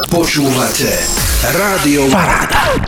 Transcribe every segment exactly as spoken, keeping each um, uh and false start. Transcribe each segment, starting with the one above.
Počúvate Rádio Paráda.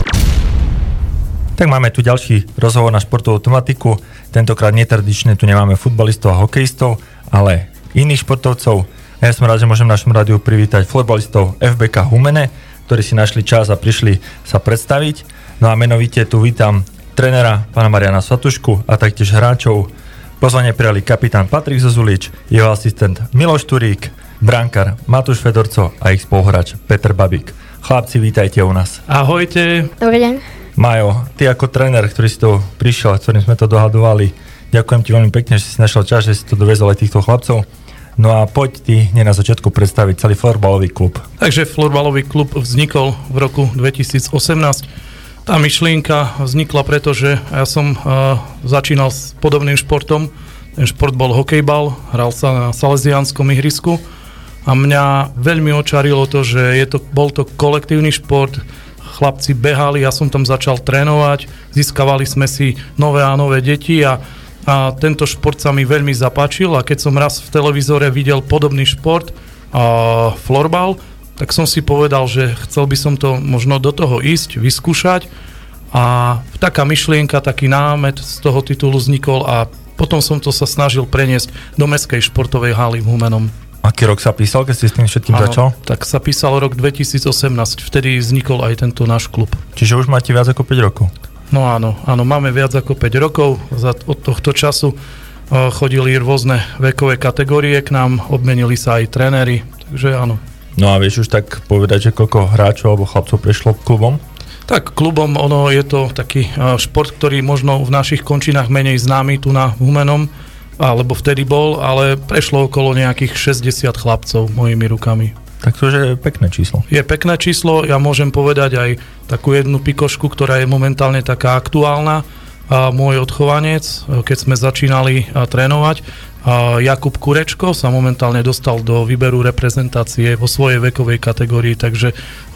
Tak máme tu ďalší rozhovor na športovú tematiku. Tentokrát netradične tu nemáme futbalistov a hokejistov, ale iných športovcov. A ja som rád, že môžem v našom rádiu privítať futbalistov ef bé ká Humene, ktorí si našli čas a prišli sa predstaviť. No a menovite tu vítam trénera pána Mariana Svatušku a taktiež hráčov. Pozvanie prijali kapitán Patrik Zozulič, jeho asistent Miloš Turík, brankár Matúš Fedorco a ich spoluhráč Peter Babík. Chlapci, vítajte u nás. Ahojte. Dobrý deň. Majo, ty ako tréner, ktorý si to prišiel, ktorým sme to dohadovali, ďakujem ti veľmi pekne, že si našiel čas, že si to dovezol aj týchto chlapcov. No a poď ty hneď na začiatku predstaviť celý florbalový klub. Takže florbalový klub vznikol v roku dvetisícosemnásť. Tá myšlienka vznikla preto, že ja som uh, začínal s podobným športom. Ten šport bol hokejbal, hral sa na salesiánskom ihrisku a mňa veľmi očarilo to, že je to, bol to kolektívny šport. Chlapci behali, ja som tam začal trénovať, získavali sme si nové a nové deti a, a tento šport sa mi veľmi zapáčil a keď som raz v televízore videl podobný šport, a florbal, tak som si povedal, že chcel by som to možno do toho ísť, vyskúšať a taká myšlienka, taký námet z toho titulu vznikol a potom som to sa snažil preniesť do mestskej športovej haly v Humenom. Aký rok sa písal, keď si s tým všetkým Áno, začal? Tak sa písal rok dvetisícosemnásť, vtedy vznikol aj tento náš klub. Čiže už máte viac ako päť rokov? No áno, áno, máme viac ako päť rokov, za, od tohto času uh, chodili rôzne vekové kategórie k nám, obmenili sa aj tréneri, takže áno. No a vieš už tak povedať, že koľko hráčov alebo chlapcov prešlo klubom? Tak klubom, ono je to taký uh, šport, ktorý možno v našich končinách menej známy tu na Humenom, alebo vtedy bol, ale prešlo okolo nejakých šesťdesiat chlapcov mojimi rukami. Tak to je pekné číslo. Je pekné číslo, ja môžem povedať aj takú jednu pikošku, ktorá je momentálne taká aktuálna. A môj odchovanec, keď sme začínali a, trénovať, a Jakub Kurečko sa momentálne dostal do výberu reprezentácie vo svojej vekovej kategórii, takže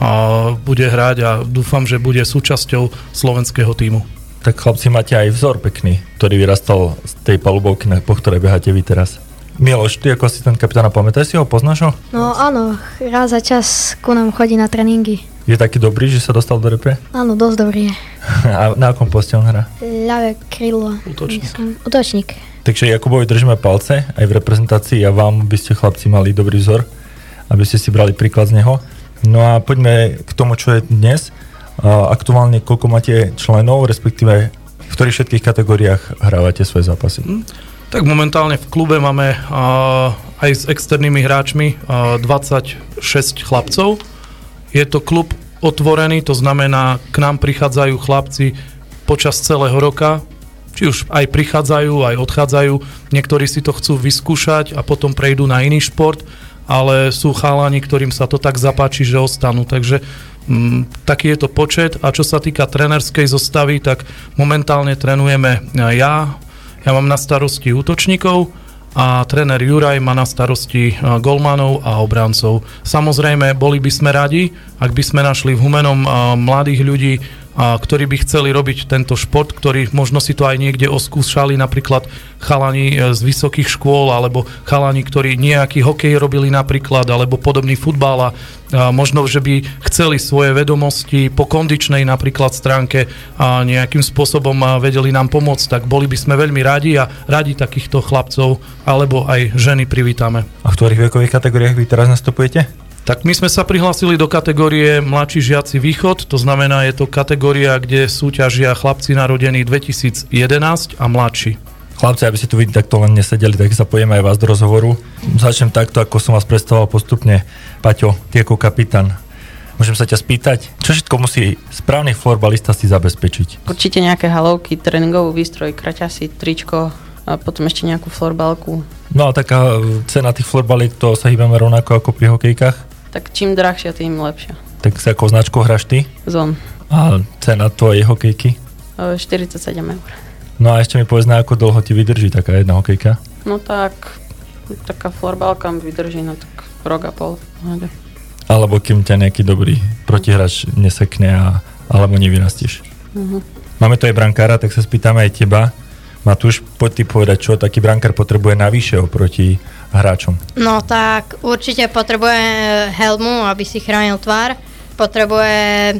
a, bude hrať a dúfam, že bude súčasťou slovenského tímu. Tak chlapci, máte aj vzor pekný, ktorý vyrastal z tej palubovky, po ktorej beháte vy teraz. Miloš, ty ako asistent kapitána, pamätáš si ho, poznáš ho? No áno, raz za čas ku nám chodí na tréningy. Je taký dobrý, že sa dostal do repre? Áno, dosť dobrý je. A na akom poste on hrá? Ľavé krídlo. Útočník. Myslím, útočník. Takže Jakubovi držíme palce aj v reprezentácii a vám by ste chlapci mali dobrý vzor, aby ste si brali príklad z neho. No a poďme k tomu, čo je dnes. Uh, aktuálne koľko máte členov, respektíve v ktorých všetkých kategóriách hrávate svoje zápasy? Hmm. Tak momentálne v klube máme uh, aj s externými hráčmi uh, dvadsaťšesť chlapcov. Je to klub otvorený, to znamená, k nám prichádzajú chlapci počas celého roka, či už aj prichádzajú, aj odchádzajú. Niektorí si to chcú vyskúšať a potom prejdú na iný šport, ale sú chalani, ktorým sa to tak zapáči, že ostanú. Takže mm, taký je to počet. A čo sa týka trénerskej zostavy, tak momentálne trénujeme ja, ja mám na starosti útočníkov a tréner Juraj má na starosti golmanov a obráncov. Samozrejme, boli by sme radi, ak by sme našli v Humenom mladých ľudí, a ktorí by chceli robiť tento šport, ktorí možno si to aj niekde oskúšali, napríklad chalani z vysokých škôl, alebo chalani, ktorí nejaký hokej robili napríklad, alebo podobný futbal a možno, že by chceli svoje vedomosti po kondičnej napríklad stránke a nejakým spôsobom vedeli nám pomôcť, tak boli by sme veľmi radi a radi takýchto chlapcov alebo aj ženy privítame. A v ktorých vekových kategóriách vy teraz nastupujete? Tak my sme sa prihlásili do kategórie mladší žiaci východ, to znamená, je to kategória, kde súťažia chlapci narodení dvetisíc jedenásť a mladší. Chlapci, aby ste tu videli, takto len nesedeli, tak sa pojeme aj vás do rozhovoru. Začnem takto, ako som vás predstavoval postupne. Paťo, ty ako kapitán, môžem sa ťa spýtať, čo všetko musí správny florbalista si zabezpečiť? Určite nejaké halovky, tréningový výstroj, kraťasy, tričko a potom ešte nejakú florbalku. No a taká cena tých florbaliek, to sa hýbame rovnako ako pri hokejkách? Tak čím drahšia, tým lepšia. Tak s akou značkou hráš ty? Zon. A cena tvojej hokejky? štyridsaťsedem eur. No a ešte mi povedz, na ako dlho ti vydrží taká jedna hokejka? No tak, taká florbalka mi vydrží na tak rok a pol. Alebo kým ťa nejaký dobrý protihráč nesekne a, alebo nevyrastíš. Uh-huh. Máme tu aj brankára, tak sa spýtame aj teba. Matúš, poď ty povedať, čo taký brankár potrebuje navyše oproti hráčom. No tak určite potrebuje helmu, aby si chránil tvár. Potrebuje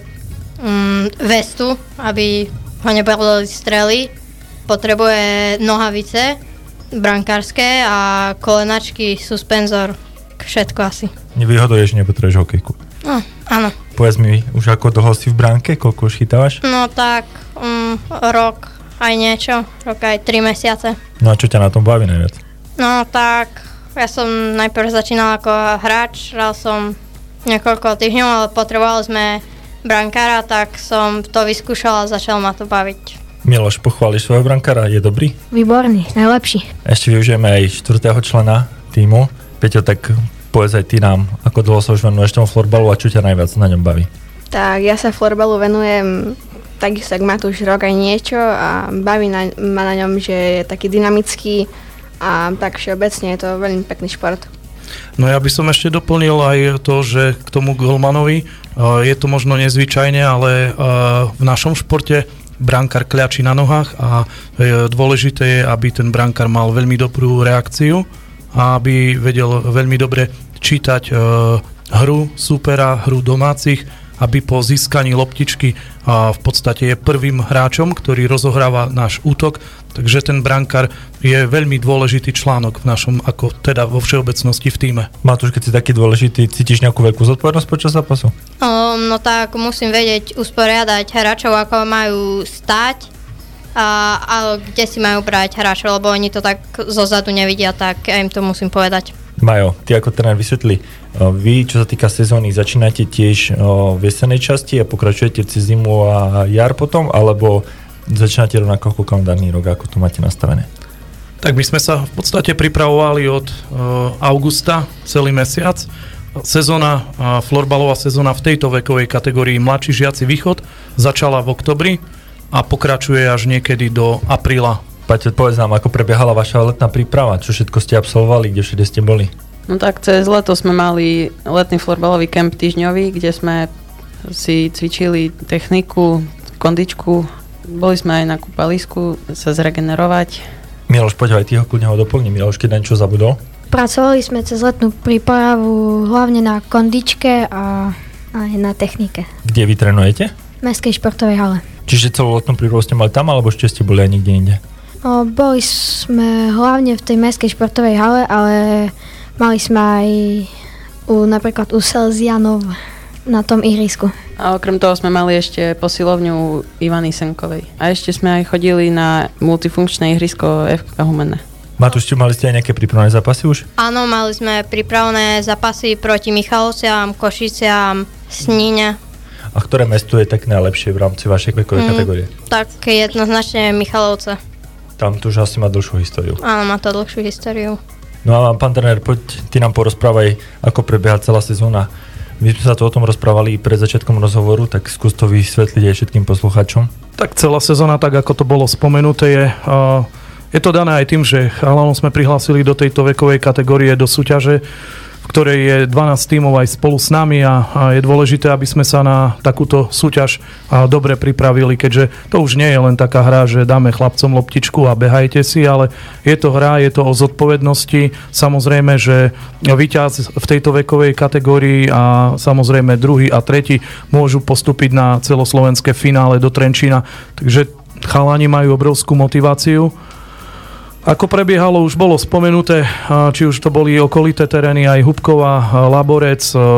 um, vestu, aby ho neboleli strely. Potrebuje nohavice brankárske a kolenačky, suspenzor, všetko asi. Nevýhodou je, že nepotrebuješ hokejku. No, áno. Povedz mi, už ako dlho si v bránke? Koľko už chytávaš? No tak um, rok aj niečo, rok aj tri mesiace. No a čo ťa na tom baví najviac? No tak, ja som najprv začínal ako hráč, hral som niekoľko týždňov, ale potrebovali sme brankára, tak som to vyskúšal a začal ma to baviť. Miloš, pochváliš svojho brankára, je dobrý? Výborný, najlepší. Ešte využijeme aj štvrtého člena tímu. Peťo, tak povedz aj ty nám, ako dlho sa už venuješ tomu florbalu a čo ťa najviac na ňom baví? Tak ja sa florbalu venujem takisto, ak má tu už rok aj niečo a baví na, ma na ňom, že je taký dynamický a tak všeobecne je to veľmi pekný šport. No ja by som ešte doplnil aj to, že k tomu golmanovi uh, je to možno nezvyčajne, ale uh, v našom športe brankár kľačí na nohách a uh, dôležité je, aby ten brankár mal veľmi dobrú reakciu a aby vedel veľmi dobre čítať uh, hru supera, hru domácich, aby po získaní loptičky uh, v podstate je prvým hráčom, ktorý rozohráva náš útok. Takže ten brankár je veľmi dôležitý článok v našom, ako teda vo všeobecnosti v tíme. Matúš, keď si taký dôležitý, cítiš nejakú veľkú zodpovednosť počas zápasu? Um, no tak musím vedieť usporiadať hráčov, ako majú stať a, a kde si majú brať hráčov, lebo oni to tak zozadu nevidia, tak ja im to musím povedať. Majo, ty ako tréner vysvetli, vy, čo sa týka sezóny, začínate tiež v jesenej časti a pokračujete cez zimu a jar potom, alebo začínate rovnako ako kalendárny rok, ako to máte nastavené? Tak my sme sa v podstate pripravovali od uh, augusta celý mesiac. Sezóna, uh, florbalová sezóna v tejto vekovej kategórii mladší žiaci východ začala v oktobri a pokračuje až niekedy do apríla. Paťo, povedz nám, ako prebiehala vaša letná príprava, čo všetko ste absolvovali, kde všade ste boli? No tak cez leto sme mali letný florbalový kemp týždňový, kde sme si cvičili techniku, kondičku. Boli sme aj na kúpalisku sa zregenerovať. Miloš, poď aj ty ho kľudne ho doplni. Miloš, keď na niečo zabudol? Pracovali sme cez letnú prípravu hlavne na kondičke a aj na technike. Kde vy trénujete? V Mestskej športovej hale. Čiže celú letnú prípravu ste mali tam, alebo ešte ste boli aj niekde inde? O, boli sme hlavne v tej Mestskej športovej hale, ale mali sme aj u, napríklad u Salesianov na tom ihrisku. A okrem toho sme mali ešte posilovňu Ivany Senkovej. A ešte sme aj chodili na multifunkčné ihrisko ef ká Humenné. Matúš, mali ste aj nejaké prípravné zápasy už? Áno, mali sme pripravené zápasy proti Michalovciam, Košiciam, Sníne. A ktoré mesto je tak najlepšie v rámci vašej vekovej mm, kategórie? Tak jednoznačne Michalovce. Tam to už asi má dlhšiu históriu. Áno, má to dlhšiu históriu. No a pán tréner, poď ty nám porozprávaj, ako prebieha celá sezóna. My sme sa to o tom rozprávali pred začiatkom rozhovoru, tak skús to vysvetliť aj všetkým poslucháčom. Tak celá sezóna, tak ako to bolo spomenuté, je, uh, je to dané aj tým, že chalanom sme prihlásili do tejto vekovej kategórie do súťaže, v ktorej je dvanásť tímov aj spolu s nami a, a je dôležité, aby sme sa na takúto súťaž a, dobre pripravili, keďže to už nie je len taká hra, že dáme chlapcom loptičku a behajte si, ale je to hra, je to o zodpovednosti. Samozrejme, že víťaz v tejto vekovej kategórii a samozrejme druhý a tretí môžu postúpiť na celoslovenské finále do Trenčína. Takže chalani majú obrovskú motiváciu. Ako prebiehalo, už bolo spomenuté, či už to boli okolité terény, aj Hubková, Laborec.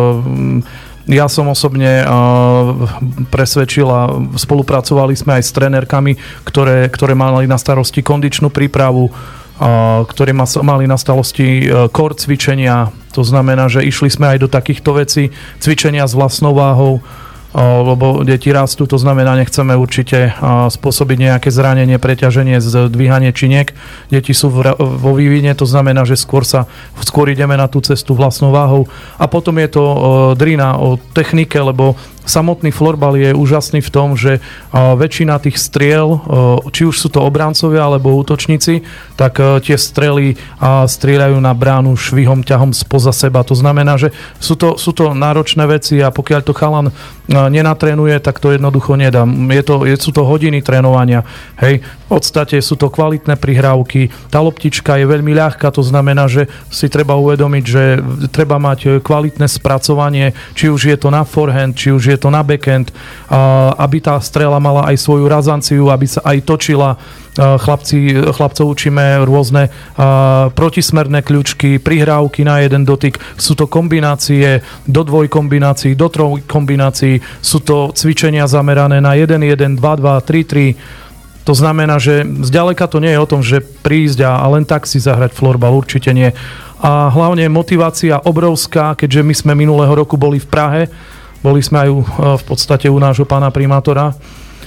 Ja som osobne presvedčil a spolupracovali sme aj s trénerkami, ktoré, ktoré mali na starosti kondičnú prípravu, ktoré mali na starosti core cvičenia. To znamená, že išli sme aj do takýchto vecí, cvičenia s vlastnou váhou, lebo deti rastú, to znamená, nechceme určite spôsobiť nejaké zranenie, preťaženie, zdvíhanie činiek. Deti sú vo vývine, to znamená, že skôr sa skôr ideme na tú cestu vlastnou váhou. A potom je to drina o technike, lebo samotný florbal je úžasný v tom, že väčšina tých striel, či už sú to obrancovia alebo útočníci, tak tie strely strieľajú na bránu švihom, ťahom spoza seba. To znamená, že sú to, sú to náročné veci a pokiaľ to chalan nenatrénuje, tak to jednoducho nedá. Je to, je, sú to hodiny trénovania. Hej. V podstate sú to kvalitné prihrávky. Tá loptička je veľmi ľahká, to znamená, že si treba uvedomiť, že treba mať kvalitné spracovanie, či už je to na forehand, či už je to na backhand, aby tá strela mala aj svoju razanciu, aby sa aj točila. Chlapci, chlapcov učíme rôzne uh, protismerné kľúčky, prihrávky na jeden dotyk. Sú to kombinácie do dvoj kombinácií, do troj kombinácií. Sú to cvičenia zamerané na jeden jeden, dva dva, tri tri. To znamená, že zďaleka to nie je o tom, že prísť a, a len tak si zahrať florbal, určite nie. A hlavne motivácia obrovská, keďže my sme minulého roku boli v Prahe, boli sme aj u, v podstate u nášho pána primátora,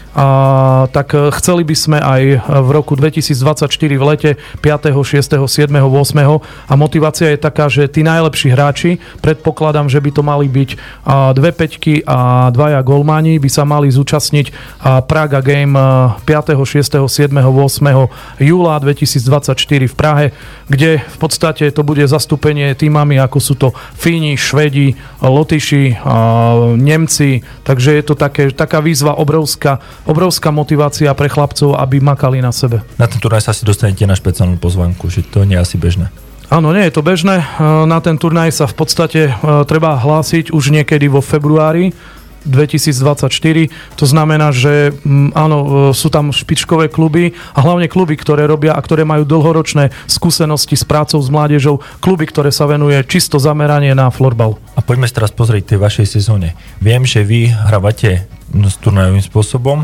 a tak chceli by sme aj v roku dvetisícdvadsaťštyri v lete piateho, šiesteho, siedmeho, ôsmeho a motivácia je taká, že tí najlepší hráči, predpokladám, že by to mali byť dve peťky a dvaja golmani, by sa mali zúčastniť Praga Game piateho, šiesteho, siedmeho, ôsmeho júla dvetisícdvadsaťštyri v Prahe, kde v podstate to bude zastúpenie týmami, ako sú to Fíni, Švédi, Lotyši, Nemci, takže je to také, taká výzva obrovská, obrovská motivácia pre chlapcov, aby makali na sebe. Na ten turnaj sa si dostanete na špeciálnu pozvánku, že to nie je asi bežné. Áno, nie je to bežné. Na ten turnaj sa v podstate treba hlásiť už niekedy vo februári dvetisícdvadsaťštyri. To znamená, že áno, sú tam špičkové kluby a hlavne kluby, ktoré robia a ktoré majú dlhoročné skúsenosti s prácou s mládežou, kluby, ktoré sa venuje čisto zameranie na florbal. A poďme sa teraz pozrieť tej vašej sezóne. Viem, že vy hrávate s turnajovým spôsobom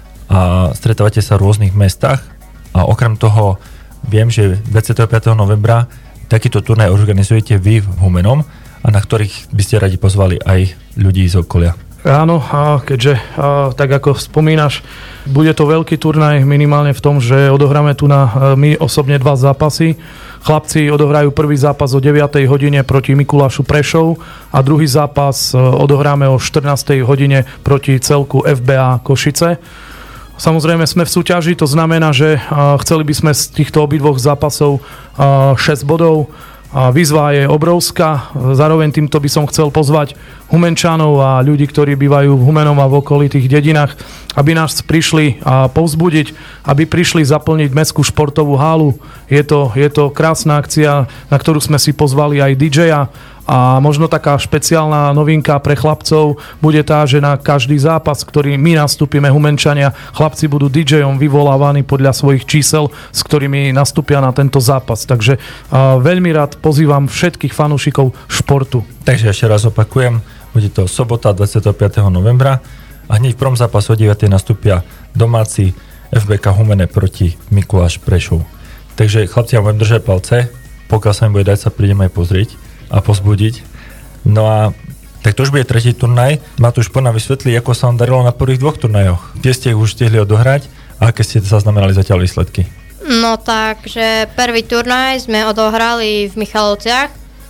a stretávate sa v rôznych mestách a okrem toho viem, že dvadsiateho piateho novembra takýto turnaj organizujete vy v Humennom a na ktorých by ste radi pozvali aj ľudí z okolia. Áno, a keďže a, tak ako spomínaš, bude to veľký turnaj minimálne v tom, že odohráme tu na my osobne dva zápasy. Chlapci odohrajú prvý zápas o deviatej hodine proti Mikulášu Prešov a druhý zápas odohráme o štrnástej hodine proti celku ef bé á Košice. Samozrejme sme v súťaži, to znamená, že chceli by sme z týchto obidvoch zápasov šesť bodov. A výzva je obrovská, zároveň týmto by som chcel pozvať Humenčanov a ľudí, ktorí bývajú v Humennom a v okolitých dedinách, aby nás prišli a povzbudiť, aby prišli zaplniť mestskú športovú halu. Je to, je to krásna akcia, na ktorú sme si pozvali aj dí džeja a možno taká špeciálna novinka pre chlapcov bude tá, že na každý zápas, ktorý my nastúpime Humenčania, chlapci budú dí džejom vyvolávaní podľa svojich čísel, s ktorými nastúpia na tento zápas. Takže uh, veľmi rád pozývam všetkých fanúšikov športu. Takže ešte raz opakujem, bude to sobota dvadsiateho piateho novembra a hneď v prvom zápase o deviatej nastúpia domáci ef bé ká Humene proti Mikuláš Prešov. Takže chlapci, ja budem držať palce, pokiaľ sa mi bude dať, sa prídem aj pozrieť a pozbudiť. No a tak to už bude tretí turnaj. Matúš, poď nám vysvetlí, ako sa vám darilo na prvých dvoch turnajoch. Kde ste ich už stihli odohrať a aké ste zaznamenali zatiaľ výsledky? No takže prvý turnaj sme odohrali v Michalovciach.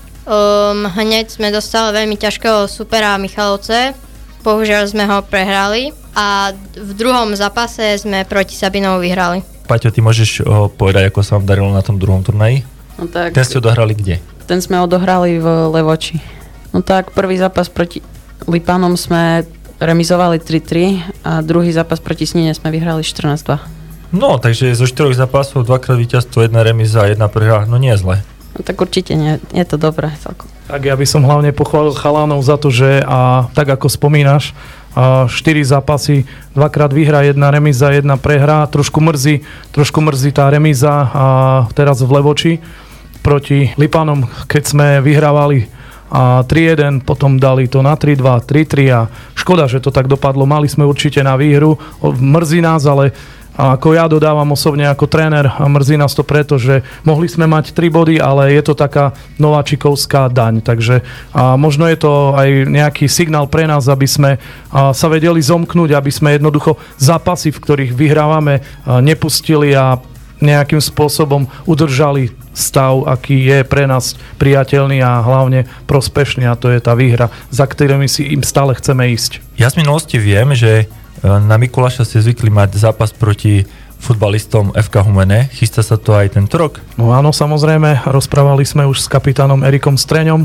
Um, hneď sme dostali veľmi ťažkého supera Michalovce. Bohužiaľ sme ho prehrali a v druhom zápase sme proti Sabinovu vyhrali. Paťo, ty môžeš o, povedať, ako sa vám darilo na tom druhom turnaji? No tak, ten ste odohrali kde? Ten sme odohrali v Levoči. No tak, prvý zápas proti Lipánom sme remizovali tri tri a druhý zápas proti Snine sme vyhrali štrnásť dva. No, takže zo štyroch zápasov dvakrát víťazstvo, jedna remíza, jedna prehra, no nie je zle. No tak určite nie, je to dobré celkom. Tak ja by som hlavne pochválil chalanov za to, že a tak ako spomínaš, a štyri zápasy, dvakrát výhra, jedna remíza, jedna prehra, trošku mrzí, trošku mrzí tá remíza a teraz v Levoči proti Lipánom, keď sme vyhrávali a tri jeden, potom dali to na tri dva, tri tri a škoda, že to tak dopadlo. Mali sme určite na výhru, mrzí nás, ale ako ja dodávam osobne ako tréner, mrzí nás to preto, že mohli sme mať tri body, ale je to taká nováčikovská daň, takže a možno je to aj nejaký signál pre nás, aby sme sa vedeli zomknúť, aby sme jednoducho zápasy, v ktorých vyhrávame, nepustili a nejakým spôsobom udržali stav, aký je pre nás priateľný a hlavne prospešný, a to je tá výhra, za ktorými si im stále chceme ísť. Ja z minulosti viem, že na Mikuláša ste zvykli mať zápas proti futbalistom ef ká Humene. Chystá sa to aj tento rok? No áno, samozrejme, rozprávali sme už s kapitánom Erikom Streňom.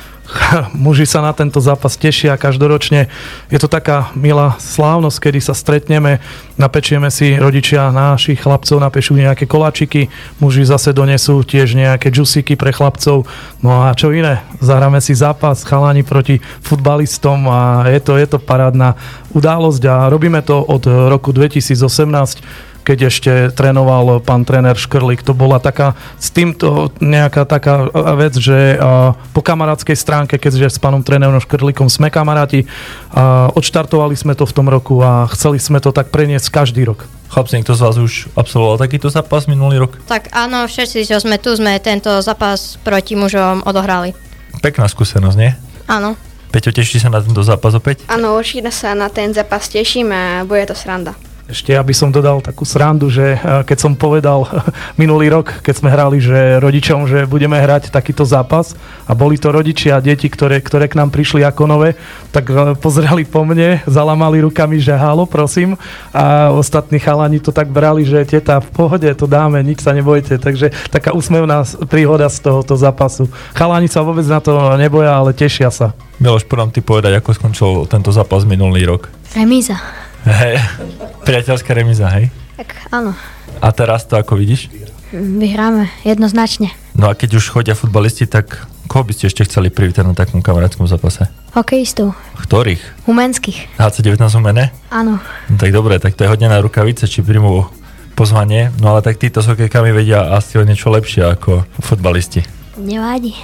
Muži sa na tento zápas tešia každoročne. Je to taká milá slávnosť, kedy sa stretneme, napečieme si, rodičia našich chlapcov napečú nejaké koláčiky, muži zase donesú tiež nejaké džusiky pre chlapcov. No a čo iné? Zahráme si zápas chalani proti futbalistom a je to, je to parádna udalosť a robíme to od roku dvetisícosemnásť, keď ešte trénoval pán tréner Škrlik. To bola taká, s týmto nejaká taká vec, že uh, po kamarátskej stránke, keďže s pánom trénerom Škrlikom sme kamaráti, uh, odštartovali sme to v tom roku a chceli sme to tak preniesť každý rok. Chlapci, niekto z vás už absolvoval takýto zápas minulý rok? Tak áno, všetci, čo sme tu, sme tento zápas proti mužom odohrali. Pekná skúsenosť, nie? Áno. Peťo, tešíš sa na tento zápas opäť? Áno, určite sa na ten zápas teším a bude to sranda. Ešte ja by som dodal takú srandu, že keď som povedal minulý rok, keď sme hrali, že rodičom, že budeme hrať takýto zápas a boli to rodičia a deti, ktoré, ktoré k nám prišli ako nové, tak pozerali po mne, zalamali rukami, že halo, prosím, a ostatní chalani to tak brali, že teta, v pohode, to dáme, nič sa nebojte, takže taká úsmevná príhoda z tohoto zápasu. Chalani sa vôbec na to neboja, ale tešia sa. Miloš, podám ty povedať, ako skončil tento zápas minulý rok? Remíza. Hej, priateľská remíza, hej? Tak áno. A teraz to ako vidíš? Vyhráme jednoznačne. No a keď už chodia futbalisti, tak koho by ste ešte chceli privítať na takom kamarátskom zápase? Hokejistov. Ktorých? Humenských. há cé devätnásť Humene? Áno. No tak dobre, tak to je hodnená rukavice, či príjmu pozvanie. No ale tak títo s hokejkami vedia asi o niečo lepšie ako futbalisti. Nevadí.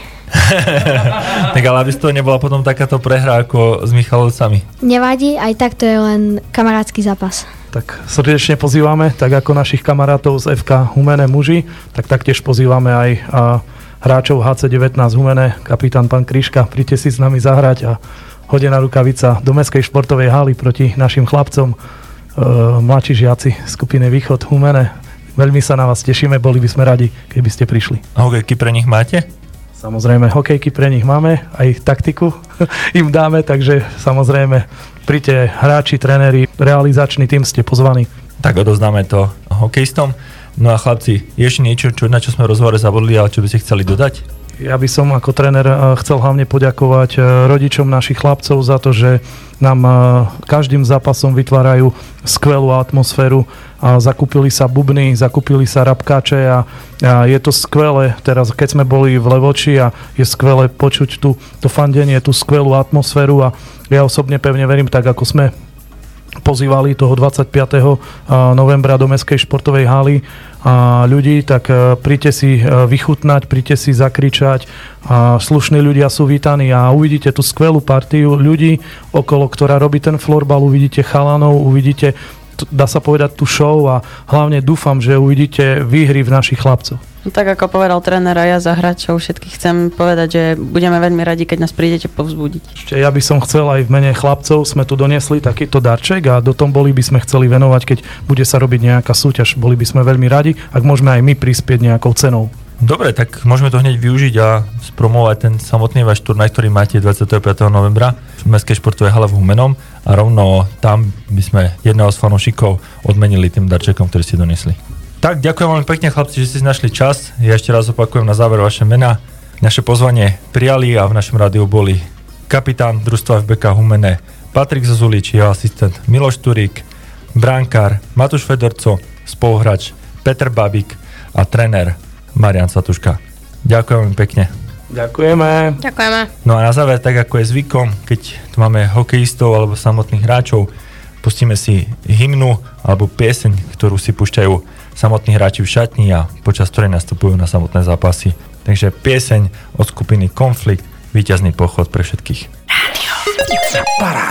Tak ale aby z toho nebola potom takáto prehra ako s Michalovcami. Nevadí, aj tak to je len kamarátsky zápas. Tak srdečne pozývame, tak ako našich kamarátov z ef ká Humene muži, tak taktiež pozývame aj a, hráčov há cé devätnásť Humene, kapitán pán Kryška, príďte si s nami zahrať a hodená rukavica do mestskej športovej haly proti našim chlapcom, e, mladší žiaci skupiny Východ Humene. Veľmi sa na vás tešíme, boli by sme radi, keby ste prišli. A hokejky pre nich máte? Samozrejme, hokejky pre nich máme, aj taktiku im dáme, takže samozrejme, príďte hráči, tréneri, realizačný tým ste pozvaní. Tak odoznáme to hokejistom. No a chlapci, je ešte niečo, čo, na čo sme rozhovore zabudli, ale čo by ste chceli dodať? Ja by som ako tréner chcel hlavne poďakovať rodičom našich chlapcov za to, že nám každým zápasom vytvárajú skvelú atmosféru. A zakúpili sa bubny, zakúpili sa rabkáče a, a je to skvelé. Teraz keď sme boli v Levoči a je skvelé počuť tu, to fandenie, tú skvelú atmosféru a ja osobne pevne verím, tak ako sme pozývali toho dvadsiateho piateho novembra do mestskej športovej haly a ľudí, tak príďte si vychutnať, príďte si zakričať a slušní ľudia sú vítaní a uvidíte tú skvelú partiu ľudí okolo, ktorá robí ten florbal, uvidíte chalanov, uvidíte, dá sa povedať, tú show a hlavne dúfam, že uvidíte výhry v našich chlapcov. Tak ako povedal tréner a ja za hráčov všetkých chcem povedať, že budeme veľmi radi, keď nás prídete povzbudiť. Ešte ja by som chcel aj v mene chlapcov, sme tu doniesli takýto darček a do tom boli by sme chceli venovať, keď bude sa robiť nejaká súťaž. Boli by sme veľmi radi, ak môžeme aj my prispieť nejakou cenou. Dobre, tak môžeme to hneď využiť a spromovať ten samotný váš turnaj, ktorý máte dvadsiateho piateho novembra v mestskej športovej hale v Humenom a rovno tam by sme jedného z fanúšikov odmenili tým darčekom, ktorý ste doniesli. Tak, ďakujem veľmi pekne, chlapci, že ste si našli čas. Ja ešte raz opakujem na záver vaše mená. Naše pozvanie prijali a v našom rádiu boli kapitán družstva ef bé ká Humene Patrik Zozulič, jeho asistent Miloš Turík, brankár Matúš Fedorco, spoluhráč Peter Babík a tréner Marian Satuška. Ďakujem veľmi pekne. Ďakujeme. Ďakujeme. No a na záver, tak ako je zvykom, keď tu máme hokejistov alebo samotných hráčov, pustíme si hymnu alebo pieseň, ktorú si púšťajú samotní hráči v šatni a počas ktorej nastupujú na samotné zápasy. Takže pieseň od skupiny Konflikt, víťazný pochod pre všetkých. Rádio Paráda.